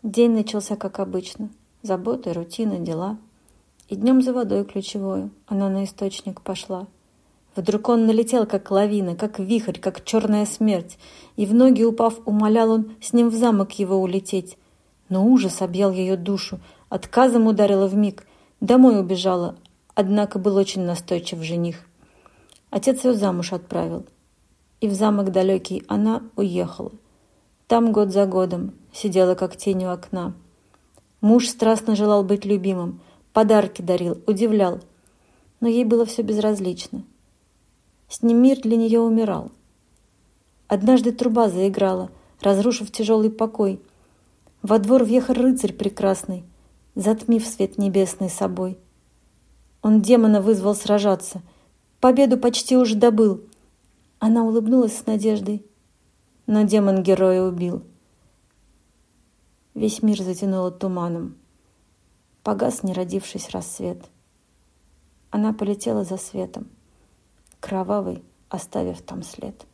День начался как обычно. Заботы, рутина, дела. И днем за водой ключевою она на источник пошла. Вдруг он налетел, как лавина, как вихрь, как черная смерть, и в ноги упав, умолял он с ним в замок его улететь. Но ужас объял ее душу, отказом ударила вмиг, домой убежала, однако был очень настойчив жених. Отец ее замуж отправил, и в замок далекий она уехала. Там год за годом сидела, как тень у окна. Муж страстно желал быть любимым, подарки дарил, удивлял, но ей было все безразлично. С ним мир для нее умирал. Однажды труба заиграла, разрушив тяжелый покой. Во двор въехал рыцарь прекрасный, затмив свет небесный собой. Он демона вызвал сражаться, победу почти уже добыл. Она улыбнулась с надеждой, но демон героя убил. Весь мир затянуло туманом. Погас, не родившись, рассвет. Она полетела за светом, кровавый, оставив там след.